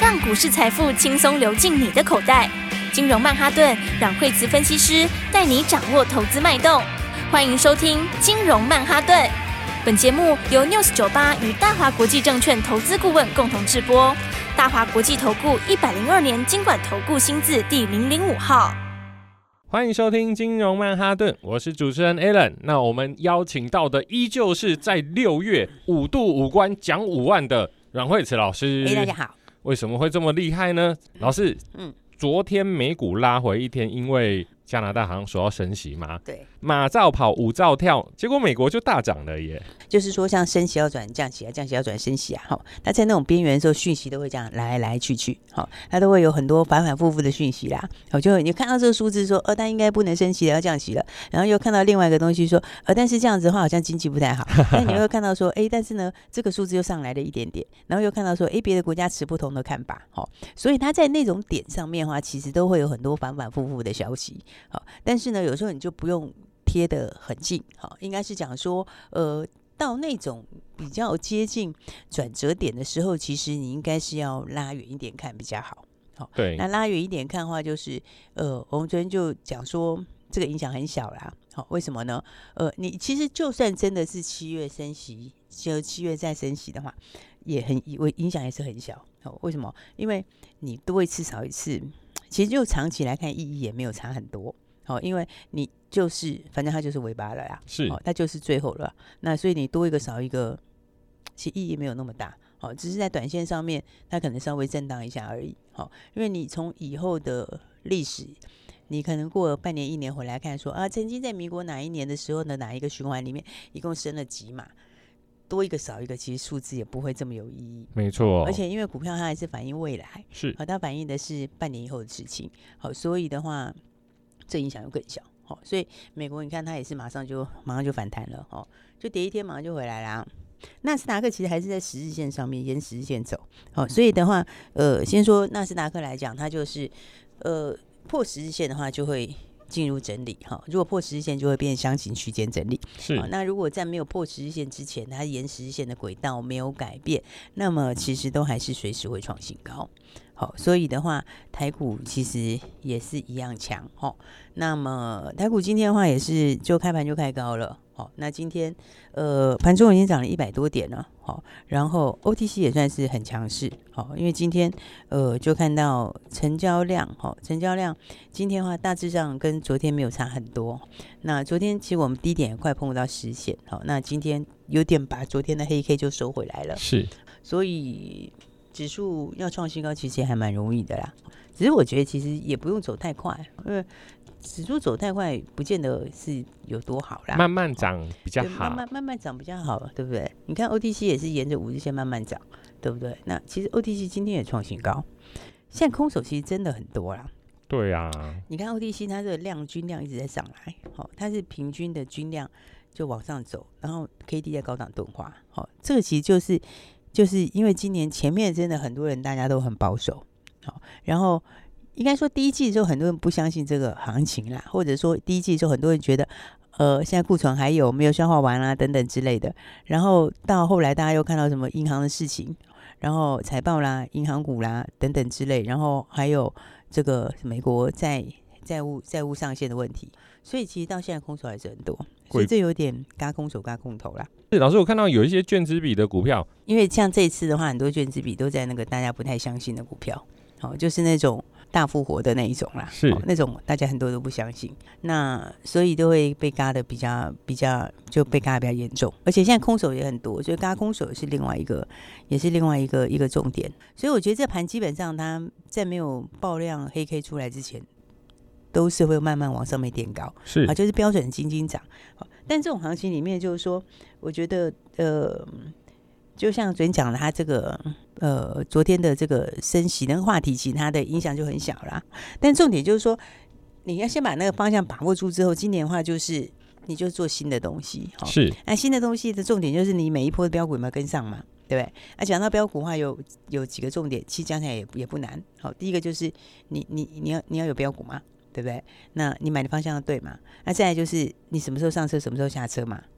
让股市财富轻松流进你的口袋。金融曼哈顿让惠慈分析师带你掌握投资脉动。欢迎收听金融曼哈顿。本节目由 News98 与大华国际证券投资顾问共同制播。大华国际投顾102年金管投顾新字第005号。 欢迎收听金融曼哈顿，我是主持人 Alan。那我们邀请到的依旧是在6月5度5关讲5万的阮惠慈老师。 大家好。 为什么会这么厉害呢？老师，昨天美股拉回一天，因为加拿大好像说要升息嘛， 对， 马照跑，舞照跳，结果美国就大涨了耶。 就是说，像升息要转降息啊，降息要转升息啊，它在那种边缘的时候，讯息都会这样来来去去，它都会有很多反反复复的讯息啦。就你看到这个数字说，但应该不能升息了，要降息了，然后又看到另外一个东西说，但是这样子的话，好像经济不太好。但你会看到说，但是呢，这个数字又上来了一点点，然后又看到说，别的国家持不同的看法，所以它在那种点上面的话，其实都会有很多反反复复的消息，但是呢，有时候你就不用贴得很近，应该是讲说，到那种比较接近转折点的时候，其实你应该是要拉远一点看比较好。 对， 那拉远一点看的话，就是我们昨天就讲说这个影响很小啦。为什么呢？你其实就算真的是7月升息，就7月再升息的话，也影响也是很小。为什么？因为你多一次少一次，其实就长期来看意义也没有差很多。因为你就是反正它就是尾巴了啦， 是， 它就是最后了。那所以你多一个少一个，其实意义没有那么大。只是在短线上面，它可能稍微震荡一下而已。因为你从以后的历史，你可能过了半年、1年回来看说曾经在民国哪一年的时候呢，哪一个循环里面一共升了几码，多一个少一个，其实数字也不会这么有意义。 没错， 而且因为股票它还是反映未来， 是， 它反映的是半年以后的事情。所以的话，这影响又更小。所以美国你看它也是马上就反弹了，就跌一天马上就回来啦。纳斯达克其实还是在10日线上面沿10日线走，所以的话，先说纳斯达克来讲，它就是破10日线的话就会进入整理，如果破10日线就会变箱型区间整理。 是， 那如果在没有破10日线之前，它沿10日线的轨道没有改变，那么其实都还是随时会创新高。所以的话，台股其实也是一样强。那么台股今天的话也是就开盘就开高了。那今天盘中已经涨了100多点了。然后 OTC 也算是很强势。因为今天就看到成交量今天的话大致上跟昨天没有差很多。那昨天其实我们低点也快碰到10线。那今天有点把昨天的黑 K 就收回来了。 是， 所以指数要创新高其实也还蛮容易的啦，只是我觉得其实也不用走太快，因为指数走太快不见得是有多好啦， 慢慢涨比较好， 慢慢涨比较好，对不对？你看 OTC 也是沿着5日线慢慢涨，对不对？那其实 OTC 今天也创新高，现在空手其实真的很多啦。 对啊，你看 OTC 它这个均量一直在上来，它是平均的均量就往上走，然后 KD 在高档钝化，这个其实就是因为今年前面真的很多人大家都很保守，然后应该说第一季的时候很多人不相信这个行情啦，或者说第一季的时候很多人觉得现在库存还有没有消化完啦等等之类的，然后到后来大家又看到什么银行的事情，然后财报啦、银行股啦等等之类，然后还有这个美国债务上限的问题，所以其实到现在空手还是很多，所以这有点嘎空手嘎空头啦。 是，老师，我看到有一些券资比的股票， 因为像这一次的话，很多券资比都在那个大家不太相信的股票，就是那种大复活的那一种啦， 是那种大家很多都不相信，那所以都会被嘎的比较就被嘎的比较严重，而且现在空手也很多，所以嘎空手也是另外一个重点，所以我觉得这盘基本上它在没有爆量黑 K 出来之前，都是会慢慢往上面垫高， 是就是标准金金涨。但这种行情里面，就是说，我觉得就像昨天讲的，它这个昨天的这个升息那个话题，其实它的影响就很小啦。但重点就是说，你要先把那个方向把握住之后，今年的话就是你就做新的东西， 是。 那新的东西的重点就是你每一波的标股有没有跟上嘛？对不对？讲到标股的话，有几个重点，其实讲起来也不难。第一个就是你要有标股嘛，对不对？那你买的方向要对嘛？那再来就是你什么时候上车，什么时候下车嘛。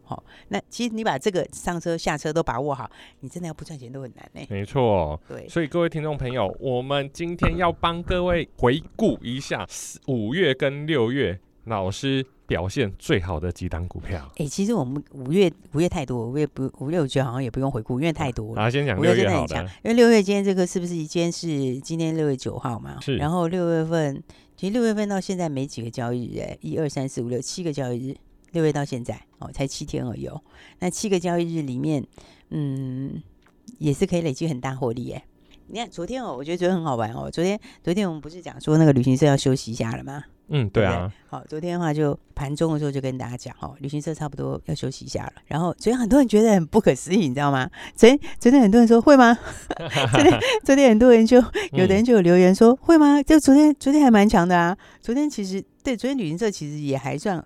那其实你把这个上车下车都把握好，你真的要不赚钱都很难呢。 没错， 对， 所以各位听众朋友，我们今天要帮各位回顾一下5月跟6月老师表现最好的几档股票。 其实我们五月太多，5月我觉得好像也不用回顾，因为太多了。 先讲6月好的， 因为6月今天这个是不是今天6月9号嘛？ 是。 然后6月份，其实6月份到现在没几个交易日，1、2、3、4、5、6、7个交易日，6月到现在才7天而已哦。那7个交易日里面，也是可以累积很大获利耶。你看昨天我觉得昨天很好玩哦。昨天我们不是讲说那个旅行社要休息一下了吗？ 对啊。 好，昨天的话就盘中的时候就跟大家讲旅行社差不多要休息一下了。然后昨天很多人觉得很不可思议，你知道吗？昨天很多人说会吗？昨天很多人有的人就有留言说会吗？就昨天还蛮强的啊。昨天其实对，昨天旅行社其实也还算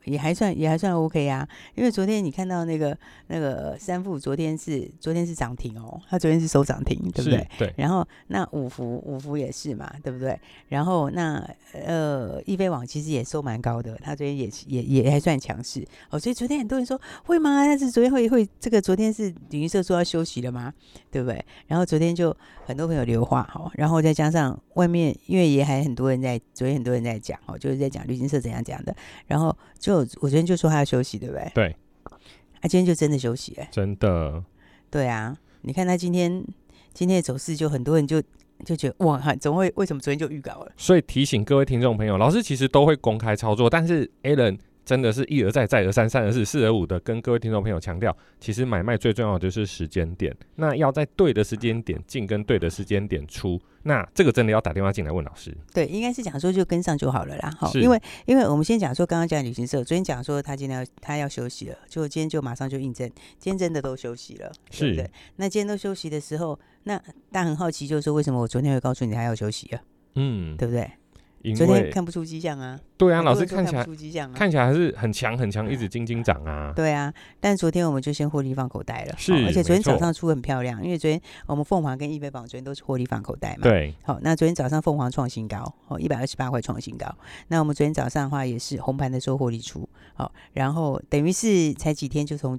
OK 啊。因为昨天你看到那个三富昨天是涨停哦，他昨天是收涨停，对不对？ 对。 然后那五福也是嘛，对不对？然后那易飞网其实也收蛮高的，他昨天也还算强势所以昨天很多人说会吗？但是昨天会这个昨天是旅行社说要休息了吗？对不对？然后昨天就很多朋友留话然后再加上外面因为也还很多人昨天很多人在讲就是在讲旅行社怎样讲的，然后我昨天就说他要休息，对不对？ 对。 今天就真的休息真的。 对啊，你看他今天的走势，就很多人就觉得哇，为什么昨天就预告了？ 所以提醒各位听众朋友，老师其实都会公开操作，但是 Alan 真的是一而再再而三3而4 4而5的跟各位听众朋友强调，其实买卖最重要的就是时间点，那要在对的时间点进跟对的时间点出，那这个真的要打电话进来问老师。 对，应该是讲说就跟上就好了啦。因为我们先讲说刚刚讲旅行社，昨天讲说他要休息了，结果今天就马上就印证，今天真的都休息了，对不对？那今天都休息的时候，那大家很好奇，就是说为什么我昨天会告诉你他要休息了？对不对？昨天看不出迹象啊。 对啊，老师看起来还是很强，一直精涨啊。 对啊，但昨天我们就先获利放口袋了。而且昨天早上出很漂亮，因为昨天我们凤凰跟易飞榜昨天都是获利放口袋嘛。 对。 好，那昨天早上凤凰创新高，128块创新高。那我们昨天早上的话也是红盘的时候获利出，然后等于是才几天就从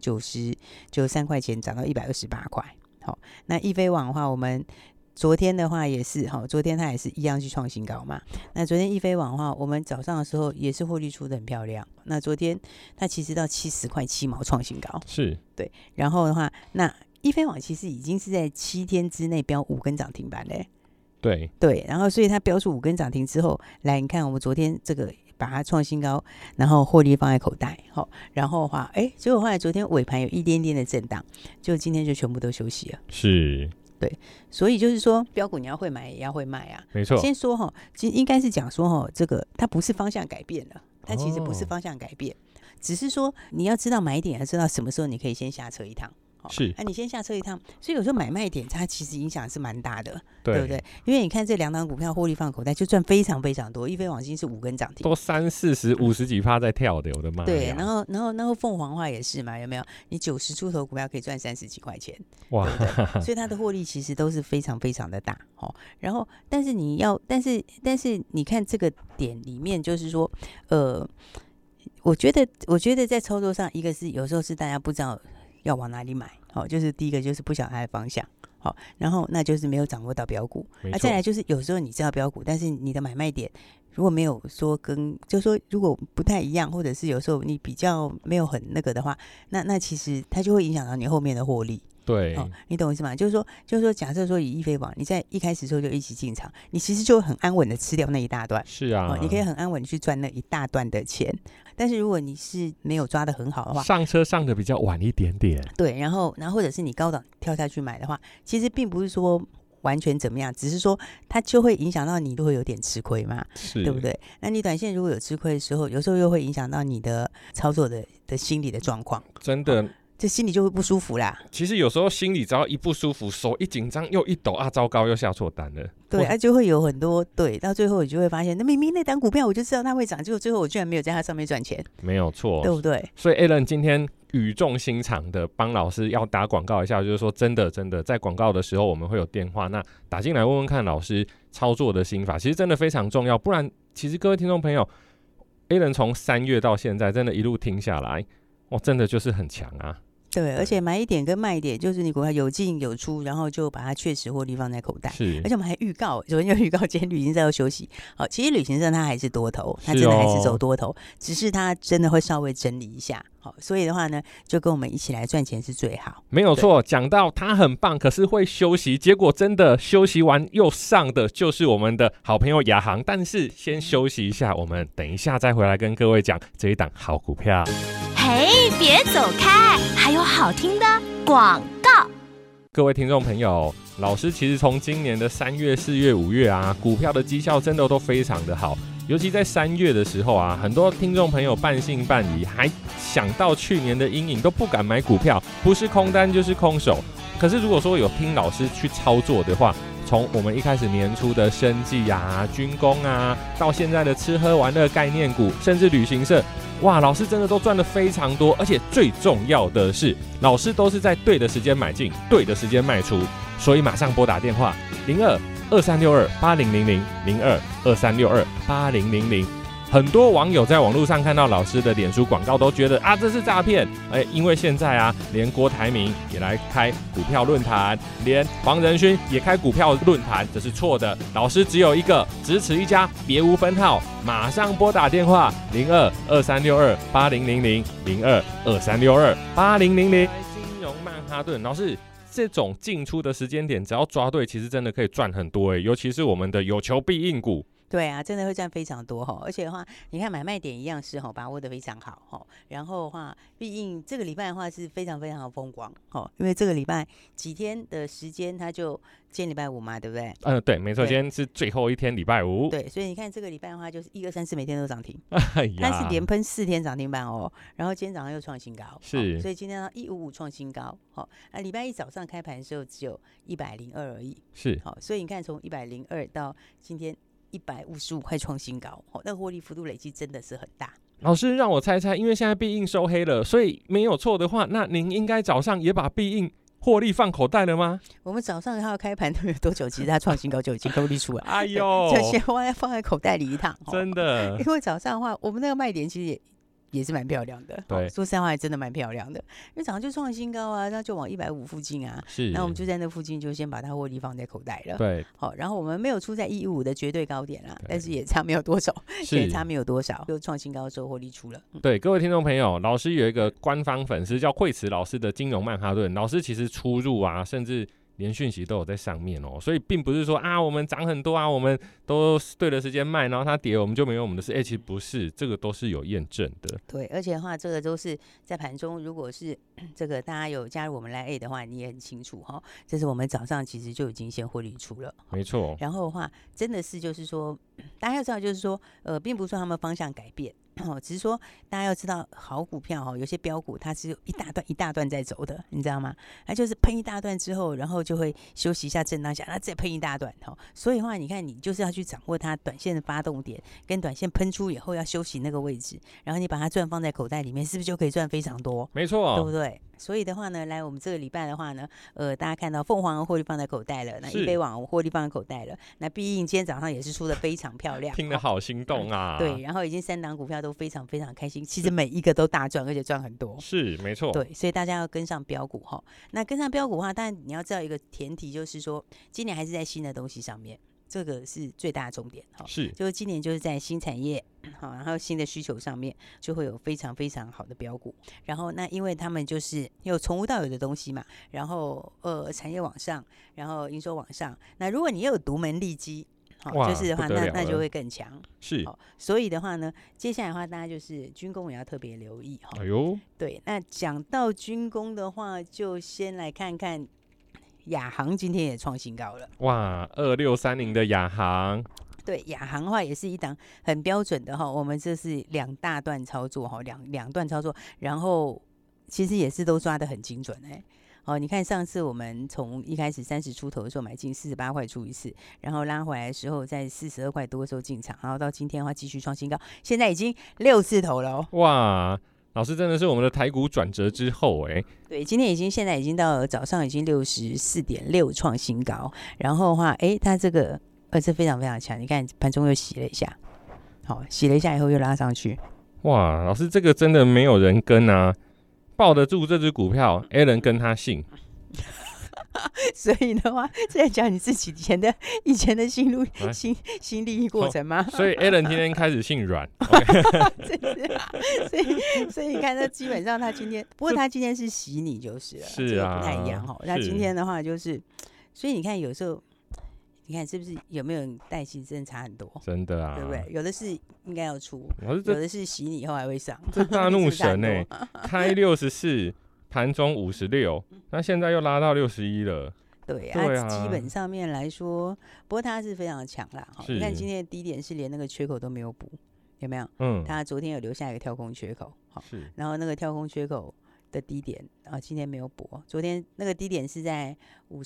93块钱涨到128块。好，那易飞网的话，我们昨天的话也是昨天它也是一样去创新高嘛。那昨天易飞网的话，我们早上的时候也是获利出的很漂亮。那昨天它其实到70块7毛创新高， 是对。然后的话，那易飞网其实已经是在7天之内标5根涨停板嘞。对，然后所以它标出5根涨停之后，来你看我们昨天这个把它创新高，然后获利放在口袋，然后的话，结果后来昨天尾盘有一点点的震荡，就今天就全部都休息了。 是。 对，所以就是说标股你要会买也要会卖啊。 没错。 先说其实应该是讲说这个它不是方向改变了，它其实不是方向改变，只是说你要知道买点，要知道什么时候你可以先下车一趟。 是。 你先下车一趟，所以有时候买卖点它其实影响是蛮大的， 对不对？因为你看这2档股票获利放口袋就赚非常非常多，易飞网今是5根涨停， 都30、40、50几%在跳的，我的妈呀！ 对，然后凤凰话也是嘛，有没有？你90出头股票可以赚30几块钱，哇！对不对？所以它的获利其实都是非常非常的大然后，但是你看这个点里面，就是说，我觉得在操作上，一个是有时候是大家不知道要往哪里买，就是第一个就是不晓得它的方向，然后那就是没有掌握到标股，再来就是有时候你知道标股，但是你的买卖点如果没有说就是说如果不太一样，或者是有时候你比较没有很那个的话，那其实它就会影响到你后面的获利。 对， 你懂我意思吗？就是说，假设说以易飞网，你在一开始的时候就一起进场，你其实就很安稳的吃掉那一大段。 是啊， 你可以很安稳的去赚那一大段的钱。但是如果你是没有抓得很好的话， 上车上的比较晚一点点， 对，然后或者是你高档跳下去买的话，其实并不是说完全怎么样，只是说它就会影响到你，都会有点吃亏嘛，对不对？那你短线如果有吃亏的时候，有时候又会影响到你的操作的心理的状况， 真的。 这心里就会不舒服啦。 其实有时候心里只要一不舒服，手一紧张又一抖啊，糟糕，又下错单了。 对，就会有很多对，到最后你就会发现，那明明那档股票我就知道它会涨，结果最后我居然没有在它上面赚钱， 没有错， 对不对？ 所以 Alan 今天语重心长的帮老师要打广告一下，就是说真的在广告的时候我们会有电话，那打进来问问看老师操作的心法，其实真的非常重要。不然其实各位听众朋友， Alan 从3月到现在真的一路听下来， 真的就是很强啊。 对，而且买一点跟卖一点，就是你股票有进有出，然后就把它确实获利放在口袋。 是， 而且我们还预告，昨天就预告今天旅行社要休息。好，其实旅行社它还是多头，它真的还是走多头，只是它真的会稍微整理一下。好，所以的话呢，就跟我们一起来赚钱是最好。 没有错，讲到它很棒，可是会休息，结果真的休息完又上的就是我们的好朋友亚航。但是先休息一下，我们等一下再回来跟各位讲这一档好股票。 嘿，别走开，还有好听的广告。 各位听众朋友，老师其实从今年的3月、4月、5月啊，股票的绩效真的都非常的好。尤其在3月的时候啊，很多听众朋友半信半疑，还想到去年的阴影，都不敢买股票，不是空单就是空手。可是如果说有听老师去操作的话，从我们一开始年初的生技啊、军工啊，到现在的吃喝玩乐概念股，甚至旅行社，哇，老师真的都赚得非常多。而且最重要的是，老师都是在对的时间买进，对的时间卖出，所以马上拨打电话02-2362-8000，02-2362-8000。很多网友在网络上看到老师的脸书广告，都觉得啊这是诈骗。因为现在啊，连郭台铭也来开股票论坛，连黄仁勋也开股票论坛，这是错的。老师只有一个，只此一家，别无分号。马上拨打电话02-2362-8000，02-2362-8000。金融曼哈顿，老师。这种进出的时间点，只要抓对，其实真的可以赚很多尤其是我们的有求必应股。 对啊，真的会赚非常多而且的话，你看买卖点一样是把握的非常好然后的话，毕竟这个礼拜的话是非常非常的风光因为这个礼拜几天的时间，它就今天礼拜五嘛，对不对？ 对，没错，今天是最后一天，礼拜五。 对，所以你看这个礼拜的话，就是1、2、3、4每天都涨停， 哎呀， 它是连喷4天涨停板然后今天早上又创新高， 是， 所以今天155创新高礼拜一早上开盘的时候只有102而已， 是所以你看从102到今天155块创新高那个获利幅度累积真的是很大。 老师让我猜猜，因为现在必应收黑了，所以没有错的话，那您应该早上也把必应获利放口袋了吗？ 我们早上要开盘都没有多久，其实它创新高就已经获利出来。 哎呦， 就先放在口袋里一趟， 真的。 因为早上的话，我们那个卖点其实也是蛮漂亮的， 对， 说实在话也真的蛮漂亮的，因为早上就创新高啊，那就往150附近啊， 是， 那我们就在那附近就先把它获利放在口袋了， 对， 然后我们没有出在115的绝对高点啦，但是也差没有多少，也差没有多少，就创新高的时候获利出了。 对，各位听众朋友，老师有一个官方粉丝叫惠慈老师的金融曼哈顿，老师其实出入啊，甚至连讯息都有在上面所以并不是说啊我们涨很多啊，我们都对的时间卖，然后它跌我们就没有我们的事，其实不是，这个都是有验证的。 对，而且的话，这个都是在盘中，如果是这个大家有加入我们LINE的话，你也很清楚这是我们早上其实就已经先获利出了， 没错。 然后的话，真的是就是说，大家要知道，就是说，并不是说他们方向改变。只是说大家要知道，好股票有些标股它是一大段一大段在走的，你知道吗？它就是喷一大段之后，然后就会休息一下震荡一下，那再喷一大段所以的话，你看你就是要去掌握它短线的发动点，跟短线喷出以后要休息那个位置，然后你把它赚放在口袋里面，是不是就可以赚非常多？ 没错， 对不对？所以的话呢，来我们这个礼拜的话呢，大家看到凤凰获利放在口袋了，那一杯网获利放在口袋了，那必应今天早上也是出的非常漂亮， 听得好心动啊！ 对，然后已经3档股票都非常非常开心，其实每一个都大赚，而且赚很多， 是没错。 对，所以大家要跟上标股那跟上标股的话，当然你要知道一个前提，就是说今年还是在新的东西上面。这个是最大的重点是， 就是今年就是在新产业然后新的需求上面就会有非常非常好的标股，然后那因为他们就是有从无到有的东西嘛，然后产业往上，然后营收往上，那如果你又有独门利基就是的话，那就会更强。 是， 所以的话呢，接下来的话，大家就是军工也要特别留意哎呦， 对，那讲到军工的话，就先来看看亚航今天也创新高了， 哇，2630的亚航。 对，亚航的话也是一档很标准的我们这是2大段操作两段操作，然后其实也是都抓得很精准你看上次我们从一开始30出头的时候买进48块出一次，然后拉回来的时候在42块多的时候进场，然后到今天的话继续创新高，现在已经6字头了哇，老师真的是我们的台股转折之后对，今天现在已经到早上已经64.6创新高，然后的话它这个这非常非常强，你看盘中又洗了一下，洗了一下以后又拉上去， 哇，老师这个真的没有人跟啊， 抱得住这只股票 ，Alan 跟他姓。 所以的话，是在讲你自己以前的心历过程吗？ 所以 Alan 今天开始姓阮。 所以你看，他基本上他今天，不过他今天是洗你就是了， 是啊， 不太一样哈。他今天的话就是，所以你看有时候。你看是不是有没有人带薪真的差很多？ 真的啊， 对不对？有的是应该要出，有的是洗你以后还会上。 这大怒神欸开64，盘中56，那现在又拉到61了。 对啊，基本上面来说，不过它是非常强啦。你看今天的低点是连那个缺口都没有补，有没有？它昨天有留下一个跳空缺口， 是，然后那个跳空缺口的低点今天没有补，昨天那个低点是在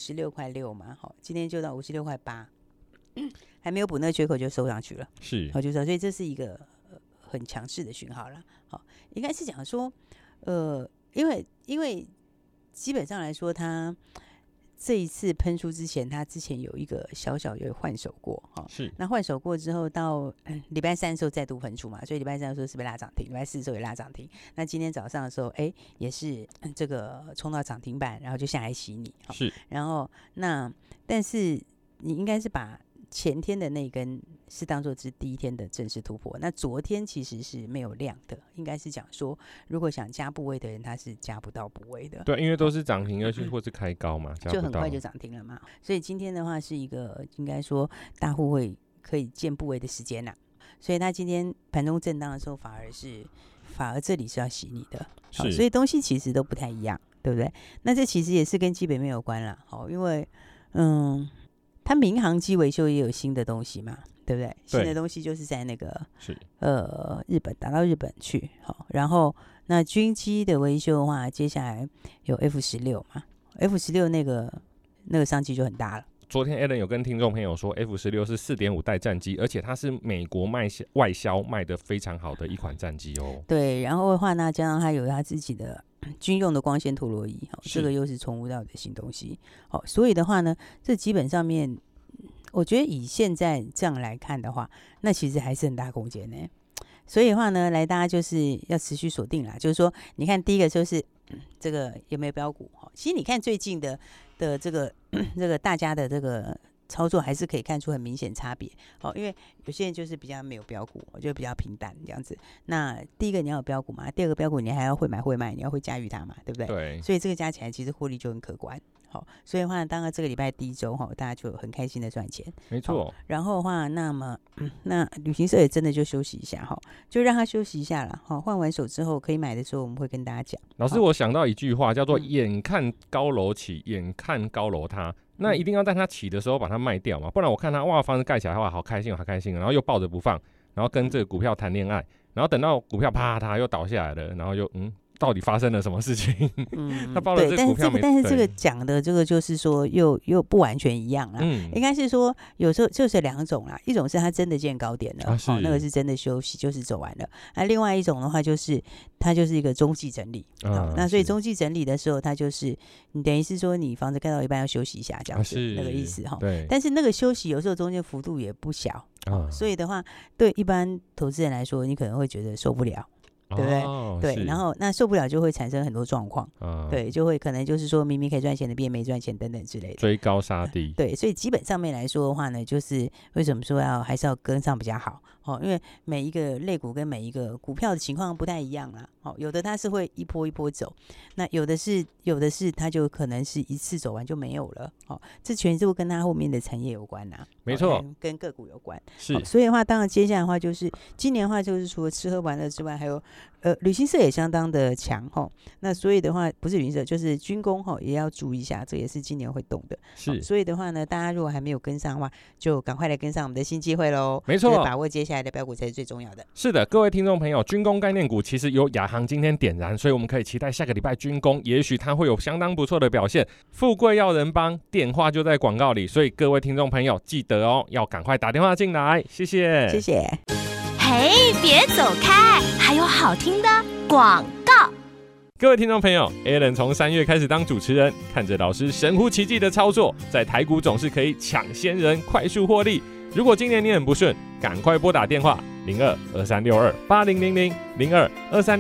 56.6嘛，今天就到56.8，还没有补那个缺口就收上去了， 是， 所以这是一个很强势的讯号了。应该是讲说，因为基本上来说，它这一次喷出之前，它之前有一个小有换手过， 是。 那换手过之后，到礼拜3的时候再度喷出嘛，所以礼拜3的时候是被拉涨停，礼拜4的时候也拉涨停。那今天早上的时候，也是这个冲到涨停板，然后就下来洗你， 是。 然后但是你应该是把前天的那根是当作是第一天的正式突破，那昨天其实是没有量的，应该是讲说，如果想加部位的人，他是加不到部位的。 对，因为都是涨停，或是开高嘛， 就很快就涨停了嘛。所以今天的话是一个应该说大户会可以建部位的时间啦。所以他今天盘中震荡的时候，反而这里是要洗你的，所以东西其实都不太一样，对不对？那这其实也是跟基本面有关啦，因为它民航机维修也有新的东西嘛，对不对？新的东西就是在那个日本打到日本去，然后那军机的维修的话，接下来有 F16嘛 ，F16那个商机就很大了。 昨天 Alan 有跟听众朋友说 ，F16是4.5代战机，而且它是美国外销卖的非常好的一款战机哦。 对，然后的话呢，加上它有它自己的军用的光纤陀螺仪，这个又是从无到的新东西。所以的话呢，这基本上面，我觉得以现在这样来看的话，那其实还是很大空间呢。所以的话呢，大家就是要持续锁定啦。就是说，你看第一个就是这个有没有标股？其实你看最近的这个大家的这个操作还是可以看出很明显差别。因为有些人就是比较没有标股，就比较平淡这样子。那第一个你要有标股嘛，第二个标股你还要会买会卖，你要会驾驭它嘛，对不对？ 对。所以这个加起来其实获利就很可观。所以的话，当然这个礼拜第一周大家就很开心的赚钱， 没错。 然后的话，那旅行社也真的就休息一下就让他休息一下了换完手之后可以买的时候，我们会跟大家讲。 老师，我想到一句话叫做“眼看高楼起，眼看高楼塌”，那一定要在它起的时候把它卖掉嘛，不然我看它房子盖起来的话，好开心，好开心，然后又抱着不放，然后跟这个股票谈恋爱，然后等到股票啪它又倒下来了，然后又到底发生了什么事情？他报了这个股票没？ 但是这个讲的这个就是说又不完全一样啦。应该是说有时候就是两种啦，一种是他真的见高点了，那个是真的休息，就是走完了。那另外一种的话就是它就是一个中继整理。那所以中继整理的时候，它就是你等于是说你房子盖到一半要休息一下这样子，那个意思对。 但是那个休息有时候中间幅度也不小，所以的话对一般投资人来说，你可能会觉得受不了。对不对？对，然后那受不了就会产生很多状况，对，就会可能就是说明明可以赚钱的变没赚钱等等之类的， 追高杀低。 对，所以基本上面来说的话呢，就是为什么说还是要跟上比较好因为每一个类股跟每一个股票的情况不太一样啦有的它是会一波一波走，那有的是它就可能是一次走完就没有了这全都跟它后面的产业有关啦， 没错， 跟个股有关是。 所以的话，当然接下来的话就是今年的话，就是除了吃喝玩乐之外，还有旅行社也相当的强那所以的话，不是旅行社就是军工也要注意一下，这也是今年会动的。 是， 所以的话呢，大家如果还没有跟上的话，就赶快来跟上我们的新机会喽。 没错， 把握接下来的标股才是最重要的。 是的，各位听众朋友，军工概念股其实有亚航今天点燃，所以我们可以期待下个礼拜军工也许它会有相当不错的表现。富贵要人帮，电话就在广告里，所以各位听众朋友记得要赶快打电话进来，谢谢， 谢谢。 嘿，别走开，还有好听的广告。 各位听众朋友 ，Alan 从3月开始当主持人，看着老师神乎其技的操作，在台股总是可以抢先人，快速获利。如果今年你很不顺，赶快拨打电话02-2362-8000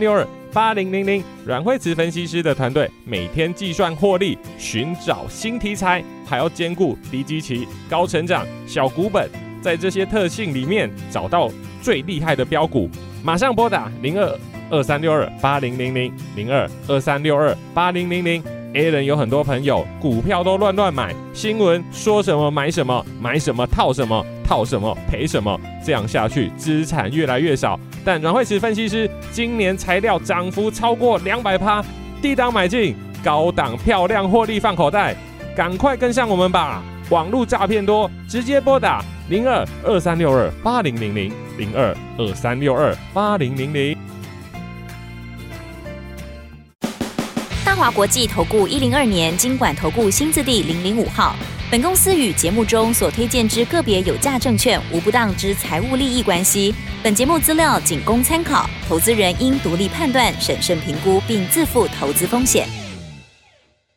8000，阮慧慈分析师的团队每天计算获利，寻找新题材，还要兼顾低基期、高成长、小股本，在这些特性里面找到最厉害的标股。马上拨打0223628000 0223628000。Alan 有很多朋友股票都乱买，新闻说什么买什么，买什么套什么，套什么赔什么，这样下去资产越来越少。但阮慧慈分析师今年材料涨幅超过200%，低档买进，高档漂亮获利放口袋，赶快跟上我们吧！网络诈骗多，直接拨打0223628000 0223628000。 大华国际投顾102年金管投顾新字第005号。本公司与节目中所推荐之个别有价证券无不当之财务利益关系。本节目资料仅供参考，投资人应独立判断、审慎评估，并自负投资风险。